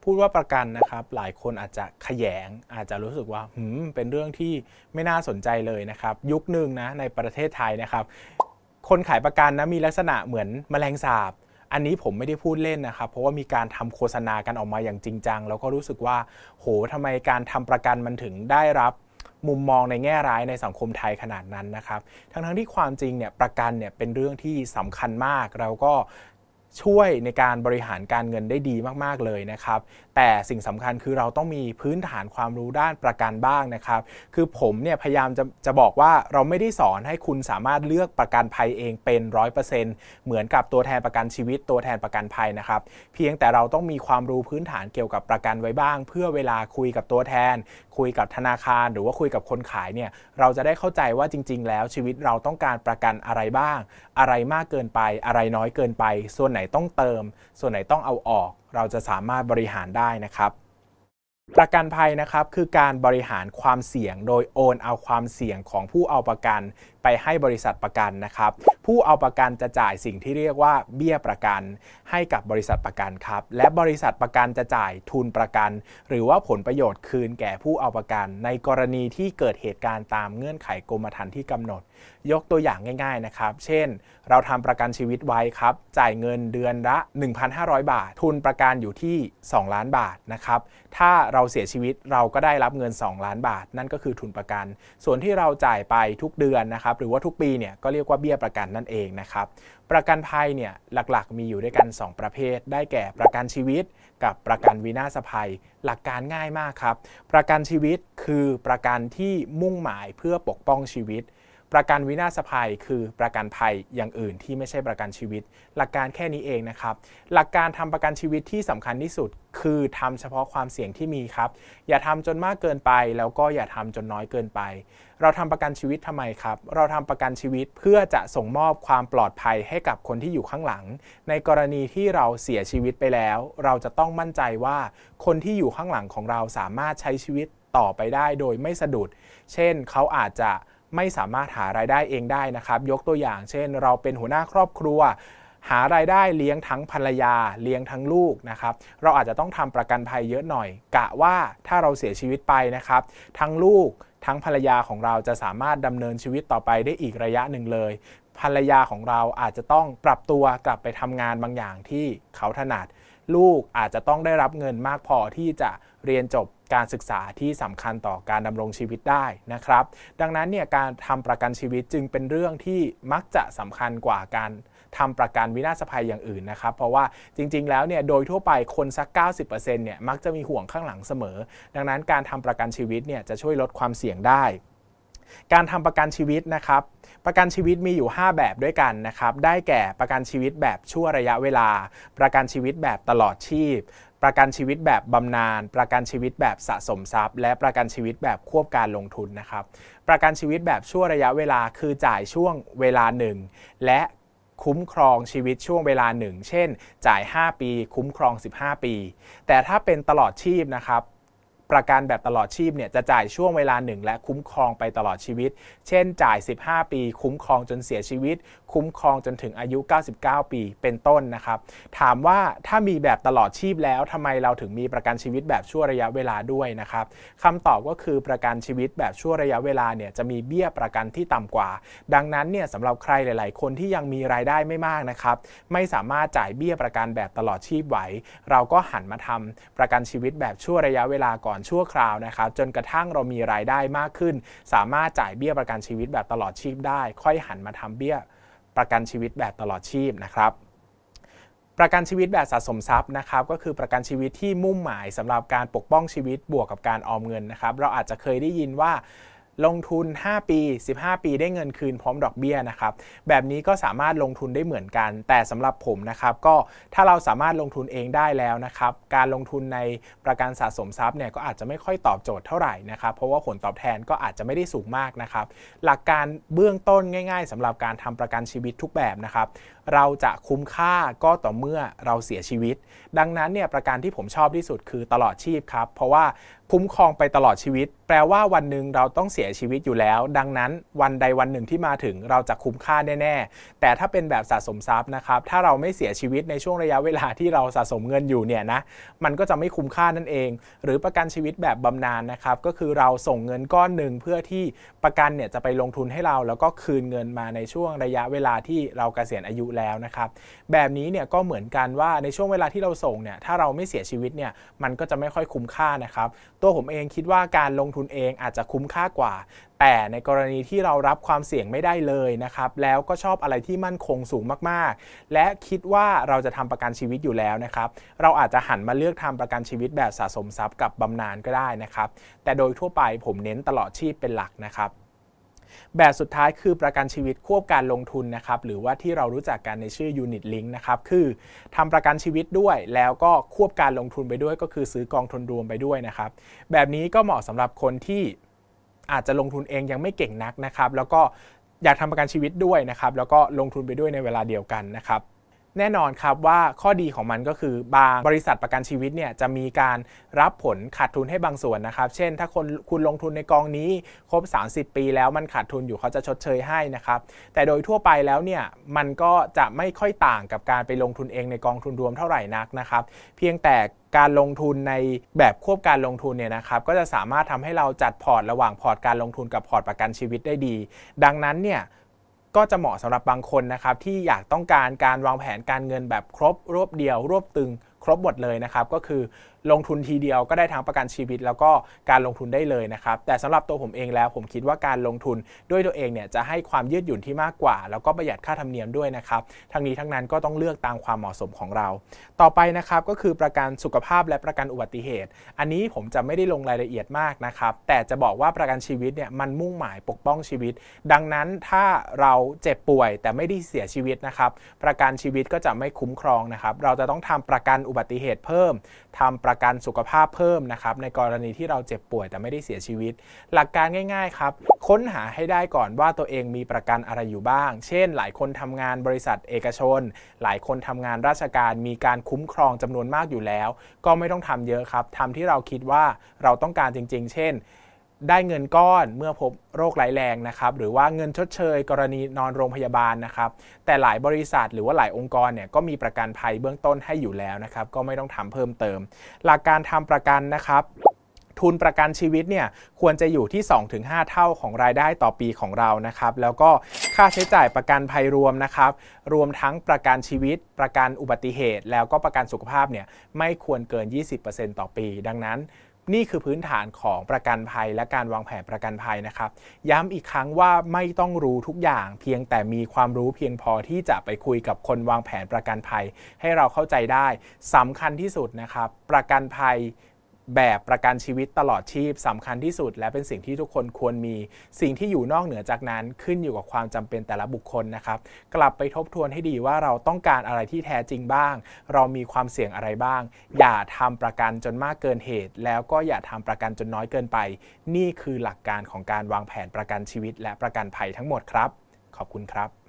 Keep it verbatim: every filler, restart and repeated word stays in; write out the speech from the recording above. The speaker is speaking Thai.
พูดว่าประกันนะครับหลายคนอาจจะขยงอาจจะรู้สึกว่าหืมเป็นเรื่องที่ไม่น่าสนใจเลยนะครับยุคหนึ่งนะในประเทศไทยนะครับคนขายประกันนะมีลักษณะเหมือนแมลงสาบอันนี้ผมไม่ได้พูดเล่นนะครับเพราะว่ามีการทำโฆษณากันออกมาอย่างจริงจังแล้วก็รู้สึกว่าโหทำไมการทำประกันมันถึงได้รับมุมมองในแง่ร้ายในสังคมไทยขนาดนั้นนะครับทั้งๆที่ความจริงเนี่ยประกันเนี่ยเป็นเรื่องที่สำคัญมากเราก็ช่วยในการบริหารการเงินได้ดีมากๆเลยนะครับแต่สิ่งสำคัญคือเราต้องมีพื้นฐานความรู้ด้านประกันบ้างนะครับคือผมเนี่ยพยายามจะจะบอกว่าเราไม่ได้สอนให้คุณสามารถเลือกประกันภัยเองเป็น ร้อยเปอร์เซ็นต์ เหมือนกับตัวแทนประกันชีวิตตัวแทนประกันภัยนะครับเพียงแต่เราต้องมีความรู้พื้นฐานเกี่ยวกับประกันไว้บ้างเพื่อเวลาคุยกับตัวแทนคุยกับธนาคารหรือว่าคุยกับคนขายเนี่ยเราจะได้เข้าใจว่าจริงๆแล้วชีวิตเราต้องการประกันอะไรบ้างอะไรมากเกินไปอะไรน้อยเกินไปส่วนไหนต้องเติมส่วนไหนต้องเอาออกเราจะสามารถบริหารได้นะครับประกันภัยนะครับคือการบริหารความเสี่ยงโดยโอนเอาความเสี่ยงของผู้เอาประกันไปให้บริษัทประกันนะครับผู้เอาประกันจะจ่ายสิ่งที่เรียกว่าเบี้ยประกันให้กับบริษัทประกันครับและบริษัทประกันจะจ่ายทุนประกันหรือว่าผลประโยชน์คืนแก่ผู้เอาประกันในกรณีที่เกิดเหตุการณ์ตามเงื่อนไขกรมธรรม์ที่กำหนดยกตัวอย่างง่ายๆนะครับเช่นเราทำประกันชีวิตไว้ครับจ่ายเงินเดือนละ หนึ่งพันห้าร้อย บาททุนประกันอยู่ที่สองล้านบาทนะครับถ้าเราเสียชีวิตเราก็ได้รับเงินสองล้านบาทนั่นก็คือทุนประกันส่วนที่เราจ่ายไปทุกเดือนนะครับหรือว่าทุกปีเนี่ยก็เรียกว่าเบี้ยประกันนั่นเองนะครับประกันภัยเนี่ยหลักๆมีอยู่ด้วยกันสองประเภทได้แก่ประกันชีวิตกับประกันวินาศภัยหลักการง่ายมากครับประกันชีวิตคือประกันที่มุ่งหมายเพื่อปกป้องชีวิตประกันวินาศภัยคือประกันภัยอย่างอื่นที่ไม่ใช่ประกันชีวิตหลักการแค่นี้เองนะครับหลักการทำประกันชีวิตที่สำคัญที่สุดคือทำเฉพาะความเสี่ยงที่มีครับอย่าทำจนมากเกินไปแล้วก็อย่าทำจนน้อยเกินไปเราทำประกันชีวิตทำไมครับเราทำประกันชีวิตเพื่อจะส่งมอบความปลอดภัยให้กับคนที่อยู่ข้างหลังในกรณีที่เราเสียชีวิตไปแล้วเราจะต้องมั่นใจว่าคนที่อยู่ข้างหลังของเราสามารถใช้ชีวิตต่อไปได้โดยไม่สะดุดเช่นเขาอาจจะไม่สามารถหารายได้เองได้นะครับยกตัวอย่างเช่นเราเป็นหัวหน้าครอบครัวหารายได้เลี้ยงทั้งภรรยาเลี้ยงทั้งลูกนะครับเราอาจจะต้องทำประกันภัยเยอะหน่อยกะว่าถ้าเราเสียชีวิตไปนะครับทั้งลูกทั้งภรรยาของเราจะสามารถดำเนินชีวิตต่อไปได้อีกระยะหนึ่งเลยภรรยาของเราอาจจะต้องปรับตัวกลับไปทำงานบางอย่างที่เขาถนัดลูกอาจจะต้องได้รับเงินมากพอที่จะเรียนจบการศึกษาที่สำคัญต่อการดำรงชีวิตได้นะครับดังนั้นเนี่ยการทำประกันชีวิตจึงเป็นเรื่องที่มักจะสำคัญกว่าการทำประกันวินาศภัยอย่างอื่นนะครับเพราะว่าจริงๆแล้วเนี่ยโดยทั่วไปคนสัก เก้าสิบเปอร์เซ็นต์ เนี่ยมักจะมีห่วงข้างหลังเสมอดังนั้นการทำประกันชีวิตเนี่ยจะช่วยลดความเสี่ยงได้การทำประกันชีวิตนะครับประกันชีวิตมีอยู่ห้าแบบด้วยกันนะครับได้แก่ประกันชีวิตแบบชั่วระยะเวลาประกันชีวิตแบบตลอดชีพประกันชีวิตแบบบำนาญประกันชีวิตแบบสะสมทรัพย์และประกันชีวิตแบบควบการลงทุนนะครับประกันชีวิตแบบชั่วระยะเวลาคือจ่ายช่วงเวลาหนึ่งและคุ้มครองชีวิตช่วงเวลาหนึ่งเช่นจ่ายห้าปีคุ้มครองสิบห้าปีแต่ถ้าเป็นตลอดชีพนะครับประกันแบบตลอดชีพเนี่ยจะจ่ายช่วงเวลาหนึ่งและคุ้มครองไปตลอดชีวิตเช่นจ่ายสิบห้าปีคุ้มครองจนเสียชีวิตคุ้มครองจนถึงอายุเก้าสิบเก้าปีเป็นต้นนะครับถามว่าถ้ามีแบบตลอดชีพแล้วทำไมเราถึงมีประกันชีวิตแบบชั่วระยะเวลาด้วยนะครับคำตอบก็คือประกันชีวิตแบบชั่วระยะเวลาเนี่ยจะมีเบี้ยประกันที่ต่ำกว่าดังนั้นเนี่ยสำหรับใครหลายๆคนที่ยังมีรายได้ไม่มากนะครับไม่สามารถจ่ายเบี้ยประกันแบบตลอดชีพไหวเราก็หันมาทำประกันชีวิตแบบชั่วระยะเวลาก่อนชั่วคราวนะครับจนกระทั่งเรามีรายได้มากขึ้นสามารถจ่ายเบี้ยประกันชีวิตแบบตลอดชีพได้ค่อยหันมาทำเบี้ยประกันชีวิตแบบตลอดชีพนะครับประกันชีวิตแบบสะสมทรัพย์นะครับก็คือประกันชีวิตที่มุ่งหมายสำหรับการปกป้องชีวิตบวกกับการออมเงินนะครับเราอาจจะเคยได้ยินว่าลงทุนห้าปีสิบห้าปีได้เงินคืนพร้อมดอกเบี้ยนะครับแบบนี้ก็สามารถลงทุนได้เหมือนกันแต่สำหรับผมนะครับก็ถ้าเราสามารถลงทุนเองได้แล้วนะครับการลงทุนในประกันสะสมทรัพย์เนี่ยก็อาจจะไม่ค่อยตอบโจทย์เท่าไหร่นะครับเพราะว่าผลตอบแทนก็อาจจะไม่ได้สูงมากนะครับหลักการเบื้องต้นง่ายๆสำหรับการทำประกันชีวิตทุกแบบนะครับเราจะคุ้มค่าก็ต่อเมื่อเราเสียชีวิตดังนั้นเนี่ยประกันที่ผมชอบที่สุดคือตลอดชีพครับเพราะว่าคุ้มครองไปตลอดชีวิตแปลว่าวันหนึ่งเราต้องเสียชีวิตอยู่แล้วดังนั้นวันใดวันหนึ่งที่มาถึงเราจะคุ้มค่าแน่ๆแต่ถ้าเป็นแบบสะสมทรัพย์นะครับถ้าเราไม่เสียชีวิตในช่วงระยะเวลาที่เราสะสมเงินอยู่เนี่ยนะมันก็จะไม่คุ้มค่านั่นเองหรือประกันชีวิตแบบบำนาญนะครับก็คือเราส่งเงินก้อนหนึ่งเพื่อที่ประกันเนี่ยจะไปลงทุนให้เราแล้วก็คืนเงินมาในช่วงระยะเวลาที่เราเกษียณอายุแล้วนะครับแบบนี้เนี่ยก็เหมือนกันว่าในช่วงเวลาที่เราส่งเนี่ยถ้าเราไม่เสียชีวิตเนี่ยมันก็จะไม่ค่อยคุ้มค่านะครับตัวผมเองคิดว่าการลงทุนเองอาจจะคุ้มค่ากว่าแต่ในกรณีที่เรารับความเสี่ยงไม่ได้เลยนะครับแล้วก็ชอบอะไรที่มั่นคงสูงมากๆและคิดว่าเราจะทำประกันชีวิตอยู่แล้วนะครับเราอาจจะหันมาเลือกทำประกันชีวิตแบบสะสมทรัพย์กับบำนาญก็ได้นะครับแต่โดยทั่วไปผมเน้นตลอดชีพเป็นหลักนะครับแบบสุดท้ายคือประกันชีวิตควบการลงทุนนะครับหรือว่าที่เรารู้จักกันในชื่อ Unit Link นะครับคือทำประกันชีวิตด้วยแล้วก็ควบการลงทุนไปด้วยก็คือซื้อกองทุนรวมไปด้วยนะครับแบบนี้ก็เหมาะสำหรับคนที่อาจจะลงทุนเองยังไม่เก่งนักนะครับแล้วก็อยากทำประกันชีวิตด้วยนะครับแล้วก็ลงทุนไปด้วยในเวลาเดียวกันนะครับแน่นอนครับว่าข้อดีของมันก็คือบางบริษัทประกันชีวิตเนี่ยจะมีการรับผลขาดทุนให้บางส่วนนะครับเช่นถ้าคนคุณลงทุนในกองนี้ครบสามสิบปีแล้วมันขาดทุนอยู่เขาจะชดเชยให้นะครับแต่โดยทั่วไปแล้วเนี่ยมันก็จะไม่ค่อยต่างกับการไปลงทุนเองในกองทุนรวมเท่าไหร่นักนะครับเพียงแต่การลงทุนในแบบควบการลงทุนเนี่ยนะครับก็จะสามารถทำให้เราจัดพอร์ตระหว่างพอร์ตการลงทุนกับพอร์ตประกันชีวิตได้ดีดังนั้นเนี่ยก็จะเหมาะสำหรับบางคนนะครับที่อยากต้องการการวางแผนการเงินแบบครบรวบเดียวรวบตึงครบหมดเลยนะครับก็คือลงทุนทีเดียวก็ได้ทั้งประกันชีวิตแล้วก็การลงทุนได้เลยนะครับแต่สำหรับตัวผมเองแล้วผมคิดว่าการลงทุนด้วยตัวเองเนี่ยจะให้ความยืดหยุ่นที่มากกว่าแล้วก็ประหยัดค่าธรรมเนียมด้วยนะครับทั้งนี้ทั้งนั้นก็ต้องเลือกตามความเหมาะสมของเราต่อไปนะครับก็คือประกันสุขภาพและประกันอุบัติเหตุอันนี้ผมจะไม่ได้ลงรายละเอียดมากนะครับแต่จะบอกว่าประกันชีวิตเนี่ยมันมุ่งหมายปกป้องชีวิตดังนั้นถ้าเราเจ็บป่วยแต่ไม่ได้เสียชีวิตนะครับประกันชีวิตก็จะไม่คุ้มครองนะครับเราจะต้องทำประกันอุบัติเหตุเพิ่มทำประกันสุขภาพเพิ่มนะครับในกรณีที่เราเจ็บป่วยแต่ไม่ได้เสียชีวิตหลักการง่ายๆครับค้นหาให้ได้ก่อนว่าตัวเองมีประกันอะไรอยู่บ้างเช่นหลายคนทำงานบริษัทเอกชนหลายคนทำงานราชการมีการคุ้มครองจำนวนมากอยู่แล้วก็ไม่ต้องทำเยอะครับทำที่เราคิดว่าเราต้องการจริงๆเช่นได้เงินก้อนเมื่อพบโรคร้ายแรงนะครับหรือว่าเงินชดเชยกรณีนอนโรงพยาบาลนะครับแต่หลายบริษัทหรือว่าหลายองค์กรเนี่ยก็มีประกันภัยเบื้องต้นให้อยู่แล้วนะครับก็ไม่ต้องทำเพิ่มเติมหลักการทำประกันนะครับทุนประกันชีวิตเนี่ยควรจะอยู่ที่ สองถึงห้า เท่าของรายได้ต่อปีของเรานะครับแล้วก็ค่าใช้จ่ายประกันภัยรวมนะครับรวมทั้งประกันชีวิตประกันอุบัติเหตุแล้วก็ประกันสุขภาพเนี่ยไม่ควรเกิน ยี่สิบเปอร์เซ็นต์ ต่อปีดังนั้นนี่คือพื้นฐานของประกันภัยและการวางแผนประกันภัยนะครับย้ำอีกครั้งว่าไม่ต้องรู้ทุกอย่างเพียงแต่มีความรู้เพียงพอที่จะไปคุยกับคนวางแผนประกันภัยให้เราเข้าใจได้สำคัญที่สุดนะครับประกันภัยแบบประกันชีวิตตลอดชีพสำคัญที่สุดและเป็นสิ่งที่ทุกคนควรมีสิ่งที่อยู่นอกเหนือจากนั้นขึ้นอยู่กับความจำเป็นแต่ละบุคคลนะครับกลับไปทบทวนให้ดีว่าเราต้องการอะไรที่แท้จริงบ้างเรามีความเสี่ยงอะไรบ้างอย่าทำประกันจนมากเกินเหตุแล้วก็อย่าทำประกันจนน้อยเกินไปนี่คือหลักการของการวางแผนประกันชีวิตและประกันภัยทั้งหมดครับขอบคุณครับ